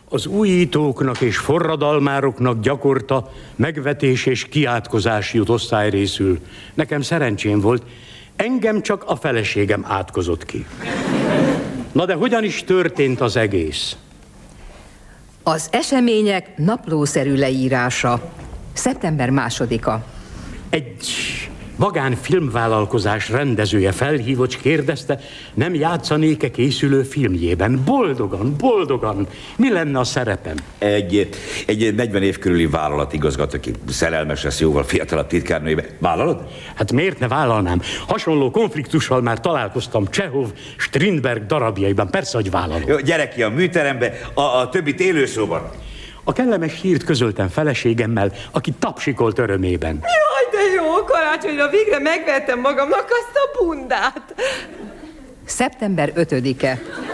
Az újítóknak és forradalmároknak gyakorta megvetés és kiátkozás jut osztályrészül. Nekem szerencsém volt, engem csak a feleségem átkozott ki. Na de hogyan is történt az egész? Az események naplószerű leírása. Szeptember 2-a. Egy magánfilmvállalkozás rendezője felhívott, és kérdezte, nem játszanék-e készülő filmjében. Boldogan. Mi lenne a szerepem? Egy 40 év körüli vállalatigazgató, aki szerelmes lesz jóval fiatalabb titkárnőjébe. Vállalod? Hát miért ne vállalnám? Hasonló konfliktussal már találkoztam Csehov, Strindberg darabjaiban. Persze, hogy vállalom. Jó, gyere ki a műterembe, a többit élőszóban. A kellemes hírt közöltem feleségemmel, aki tapsikolt örömében. Jaj, de jó, karácsonyra végre megvettem magamnak azt a bundát. Szeptember 5-e.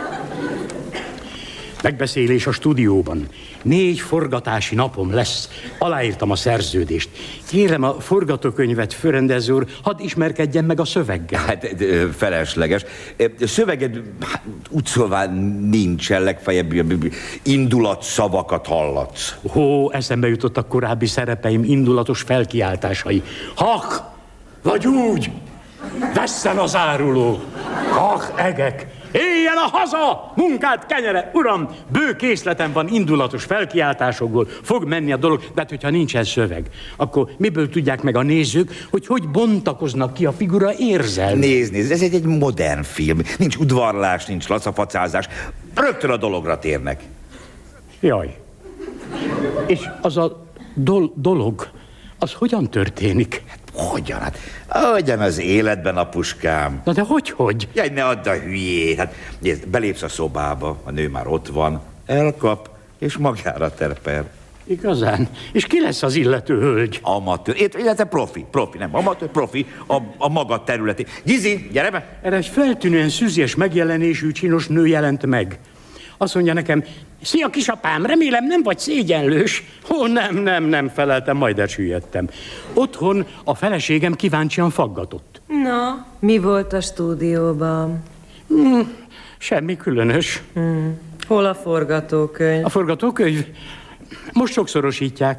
Megbeszélés a stúdióban. 4 forgatási napom lesz. Aláírtam a szerződést. Kérem a forgatókönyvet, Főrendező úr, hadd ismerkedjen meg a szöveggel. Hát felesleges. Szöveged úgy szólván nincsen, legfeljebb indulatszavakat hallatsz. Eszembe jutottak korábbi szerepeim indulatos felkiáltásai. Hak! Vagy úgy! Vesszen az áruló! Hak, egek! Éljen a haza! Munkát, kenyere! Uram, bő készletem van indulatos felkiáltásokból. Fog menni a dolog, de hát, hogyha nincsen szöveg, akkor miből tudják meg a nézők, hogy bontakoznak ki a figura érzelmi? Nézd, ez egy modern film. Nincs udvarlás, nincs laszafacázás. Rögtön a dologra térnek. Jaj. És az a dolog, az hogyan történik? Hogyan? Hát, hogyan az életben, apuskám? Na de hogy? Jaj, ne add a hülyét. Hát, nézd, belépsz a szobába, a nő már ott van, elkap, és magára terper. Igazán? És ki lesz az illető hölgy? Amatőr, illetve profi, nem amatőr, profi, a maga területi. Gizi, gyere be! Erre egy feltűnően szűzies megjelenésű csinos nő jelent meg. Azt mondja nekem, szia kisapám, remélem nem vagy szégyenlős. Nem, feleltem, majd elsüllyedtem. Otthon a feleségem kíváncsian faggatott. Na, mi volt a stúdióban? Semmi különös. Hol a forgatókönyv? A forgatókönyv? Most sokszorosítják.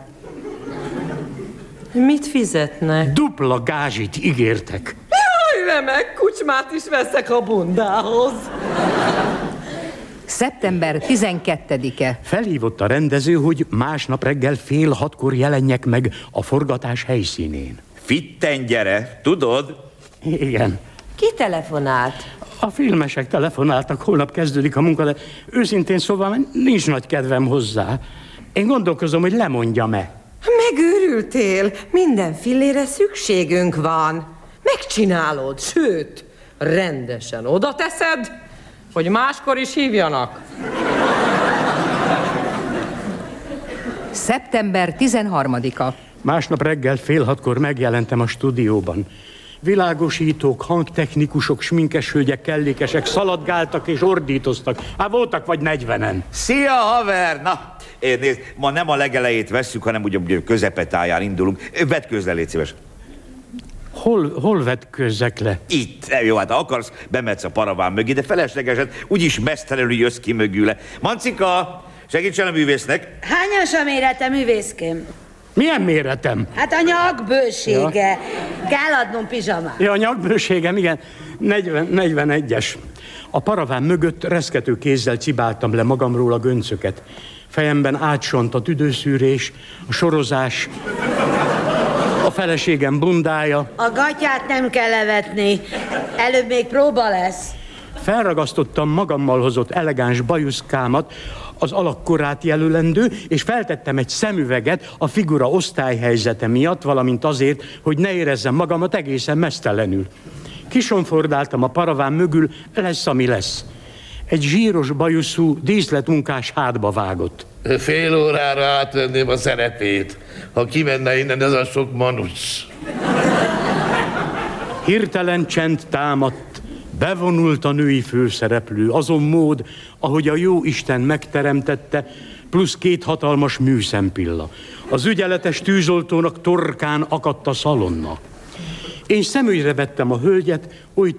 Mit fizetnek? Dupla gázsit ígértek. Jaj, remek, kucsmát is veszek a bundához. Szeptember 12-e. Felhívott a rendező, hogy másnap reggel 5:30 jelenjek meg a forgatás helyszínén. Fitten gyere, tudod? Igen. Ki telefonált? A filmesek telefonáltak, holnap kezdődik a munka, de őszintén szóval nincs nagy kedvem hozzá. Én gondolkozom, hogy lemondjam-e. Megőrültél? Minden fillére szükségünk van. Megcsinálod, sőt, rendesen oda teszed, hogy máskor is hívjanak. Szeptember 13-a. Másnap reggel 5:30 megjelentem a stúdióban. Világosítók, hangtechnikusok, sminkes hölgyek, kellékesek szaladgáltak és ordítoztak. Voltak vagy 40-en. Szia, haver! Na, nézd, ma nem a legelejét vesszük, hanem ugye közepetáján indulunk. Vetkőzz le, légy szíves. Hol vetkőzzek le? Itt. Jó, hát akarsz, bemetsz a paraván mögé, de feleslegesen úgyis mesztelenül jössz ki mögüle. Mancika, segítsen a művésznek. Hányas a mérete, művészkém? Milyen méretem? Hát a nyagbősége. Ja. Kell adnom pizsamát. Ja, a nyagbőségem, igen. 41-es. A paraván mögött reszkető kézzel cibáltam le magamról a göncöket. Fejemben átsont a tüdőszűrés, a sorozás, a feleségem bundája. A gatyát nem kell levetni. Előbb még próba lesz. Felragasztottam magammal hozott elegáns bajuszkámat, az alakkorát jelölendő, és feltettem egy szemüveget a figura osztályhelyzete miatt, valamint azért, hogy ne érezzem magamat egészen meztelenül. Kisonfordáltam a paraván mögül, lesz, ami lesz. Egy zsíros bajuszú díszletmunkás hátba vágott. Fél órára átvenném a szerepét, ha kimenne innen ez a sok manusz. Hirtelen csend támadt. Bevonult a női főszereplő, azon mód, ahogy a jó Isten megteremtette, plusz 2 hatalmas műszempilla. Az ügyeletes tűzoltónak torkán akadt a szalonna. Én szemügyre vettem a hölgyet oly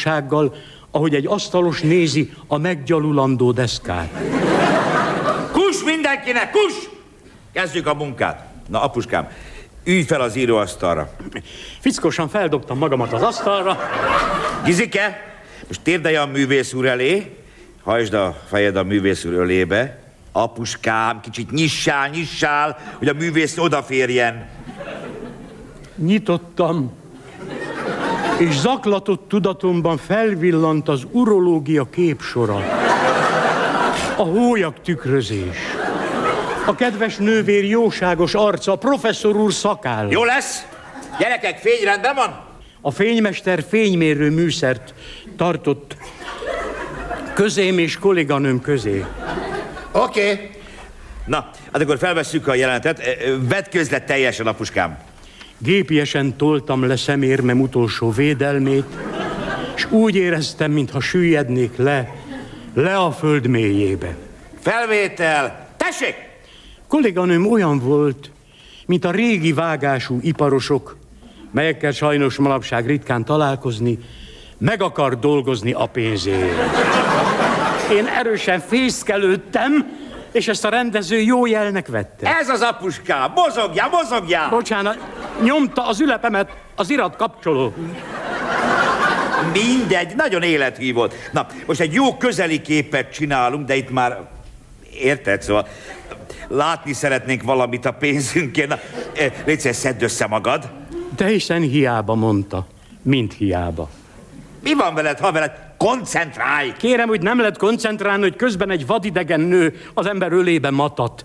tárgyilagossággal, ahogy egy asztalos nézi a meggyalulandó deszkát. Kus mindenkinek, kus! Kezdjük a munkát. Na, apuskám, ülj fel az íróasztalra. Fickósan feldobtam magamat az asztalra. Gizike, most térdelj a művész úr elé, hajtsd a fejed a művész úr ölébe. Apuskám, kicsit nyissál, hogy a művész odaférjen. Nyitottam, és zaklatott tudatomban felvillant az urológia képsora. A hólyak tükrözés. A kedves nővér jóságos arca, a professzor úr szakáll. Jó lesz? Gyerekek, fényrendben van? A fénymester fénymérő műszert tartott közém és kolléganőm közé. Oké. Na, hát akkor felvesszük a jelenetet. Vetkőzlet teljesen, apuskám. Gépiesen toltam le szemérmem utolsó védelmét, és úgy éreztem, mintha süllyednék le a föld mélyébe. Felvétel! Tessék! Kolléganőm olyan volt, mint a régi vágású iparosok, melyekkel sajnos manapság ritkán találkozni, meg akar dolgozni a pénzért. Én erősen fészkelődtem, és ezt a rendező jó jelnek vette. Ez az apuskám! Mozogjál! Bocsánat, nyomta az ülepemet az iratkapcsoló. Mindegy, nagyon élethű volt. Na, most egy jó közeli képet csinálunk, de itt már... Érted? Szóval látni szeretnénk valamit a pénzünkért. Na, légy szíves, szedd össze magad. Teljesen hiába mondta. Mind hiába. Mi van veled, havered? Koncentrálj! Kérem, hogy nem lehet koncentrálni, hogy közben egy vadidegen nő az ember ölébe matat.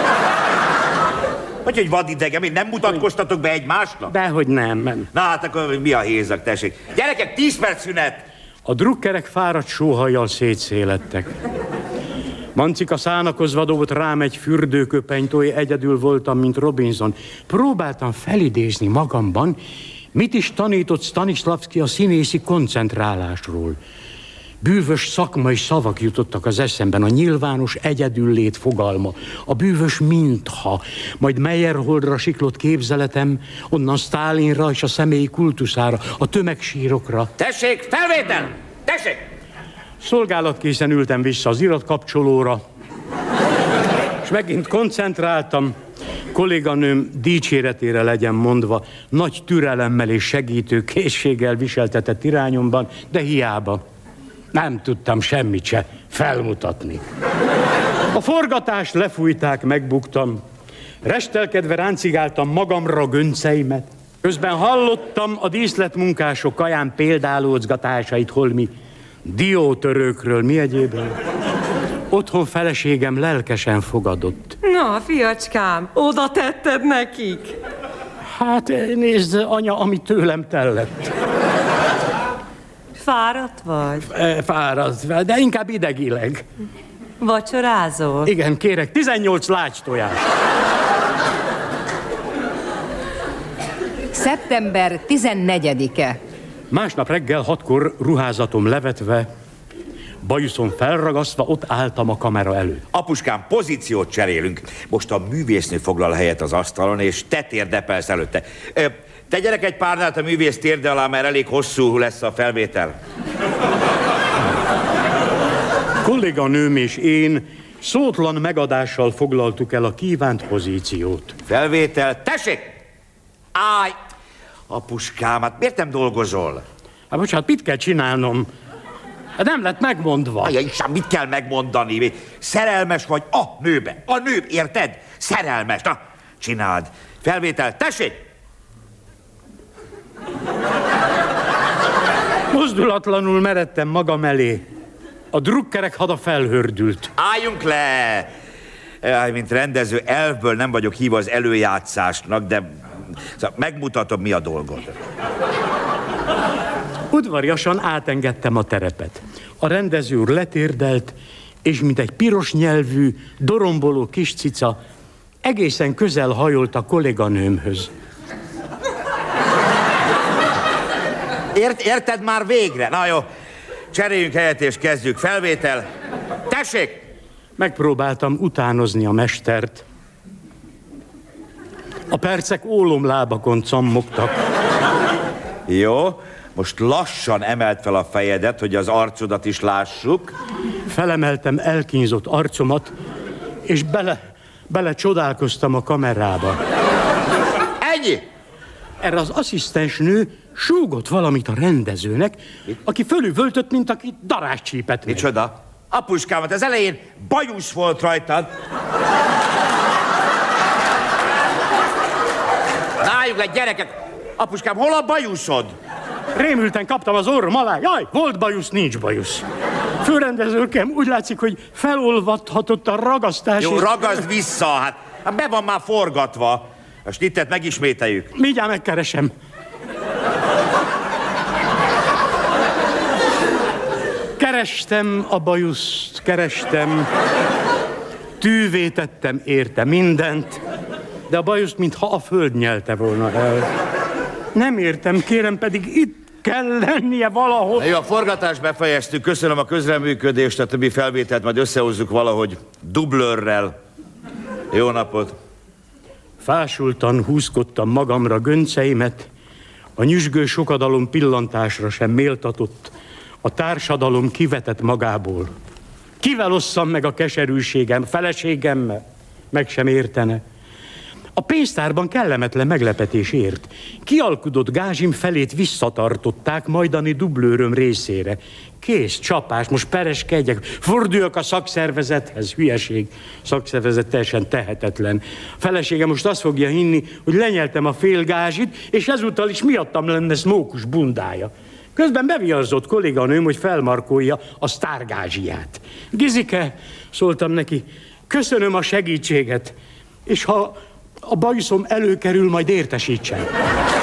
Hogy vadidegen, még nem mutatkoztatok be egymásnak? Dehogy nem. Na hát akkor mi a hézag, tessék? Gyerekek, 10 perc szünet! A drukkerek fáradt sóhajjal szétszélettek. Mancika szánakozva dobott rám egy fürdőköpenyt, oly egyedül voltam, mint Robinson. Próbáltam felidézni magamban, mit is tanított Stanislavski a színészi koncentrálásról. Bűvös szakmai szavak jutottak az eszemben, a nyilvános egyedüllét fogalma, a bűvös mintha, majd Meyerholdra siklott képzeletem, onnan Sztálinra és a személyi kultuszára, a tömegsírokra. Tessék, felvétel! Tessék! Szolgálatkészen ültem vissza az iratkapcsolóra, és megint koncentráltam. Kolléganőm dicséretére legyen mondva, nagy türelemmel és segítő készséggel viseltetett irányomban, de hiába. Nem tudtam semmit se felmutatni. A forgatást lefújták, megbuktam. Restelkedve ráncigáltam magamra gönceimet. Közben hallottam a díszletmunkások kaján példálózgatásait holmi diótörőkről, mi egyébben. Otthon feleségem lelkesen fogadott. Na, fiacskám, oda tetted nekik? Hát nézd, anya, ami tőlem tellett. Fáradt vagy? Fáradt, de inkább idegileg. Vacsorázol? Igen, kérek, 18 lágytojás. Szeptember 14-e. Másnap reggel 6-kor ruházatom levetve, bajuszom felragasztva, ott álltam a kamera előtt. Apuskám, pozíciót cserélünk. Most a művésznő foglal helyet az asztalon, és te térdepelsz előtte. Tegyenek egy párnát a művész térde alá, mert elég hosszú lesz a felvétel. Kolléganőm és én szótlan megadással foglaltuk el a kívánt pozíciót. Felvétel, tessék! Állj! Apuskám, hát miért nem dolgozol? Hát bocsánat, mit kell csinálnom? Hát nem lett megmondva. Ajaj, István, mit kell megmondani? Szerelmes vagy a nőbe. A nő, érted? Szerelmes. Na, csináld. Felvétel, tessék! Mozdulatlanul meredtem magam elé. A drukkerek hada felhördült. Álljunk le! Mint rendező elfből nem vagyok hívva az előjátszásnak, de szóval megmutatom, mi a dolgod. Udvariasan átengedtem a terepet. A rendező úr letérdelt, és mint egy piros nyelvű, doromboló kis cica, egészen közel hajolt a kolléganőmhöz. Érted már végre? Na jó, cseréljünk helyet és kezdjük. Felvétel. Tessék! Megpróbáltam utánozni a mestert. A percek ólomlábakon cammogtak. Jó, most lassan emeld fel a fejedet, hogy az arcodat is lássuk. Felemeltem elkínzott arcomat, és bele csodálkoztam a kamerába. Ennyi? Erre az asszisztensnő súgott valamit a rendezőnek, aki fölüvöltött, mint aki darást csípett meg. Micsoda? Apuskámat, az elején bajusz volt rajtad. Na, álljuk le, gyerekek! Apuskám, hol a bajuszod? Rémülten kaptam az orrom alá. Jaj, volt bajusz, nincs bajusz. Főrendezőkem, úgy látszik, hogy felolvadhatott a ragasztás. Jó, ragaszd vissza, hát be van már forgatva. A snittet megismételjük. Mindjárt megkeresem. Kerestem a bajuszt, kerestem. Tűvé tettem érte mindent, de a bajuszt, mintha a föld nyelte volna el. Nem értem, kérem, pedig itt kell lennie valahol. Na jó, a forgatást befejeztük, köszönöm a közreműködést, a többi felvételt majd összehozzuk valahogy dublőrrel. Jó napot! Fásultan húzkodtam magamra gönceimet, a nyüzsgő sokadalom pillantásra sem méltatott, a társadalom kivetett magából. Kivel osszam meg a keserűségem, feleségemmel? Meg sem értene. A pénztárban kellemetlen meglepetés ért. Kialkudott gázsim felét visszatartották majdani dublőröm részére. Kész, csapás, most pereskedjek, forduljak a szakszervezethez, hülyeség. Szakszervezet teljesen tehetetlen. A feleségem most azt fogja hinni, hogy lenyeltem a fél gázsit, és ezúttal is miattam lenne mókus bundája. Közben beviarzott kolléganőm, hogy felmarkolja a sztárgázsiját. Gizike, szóltam neki, köszönöm a segítséget, és ha a bajuszom előkerül, majd értesítsen.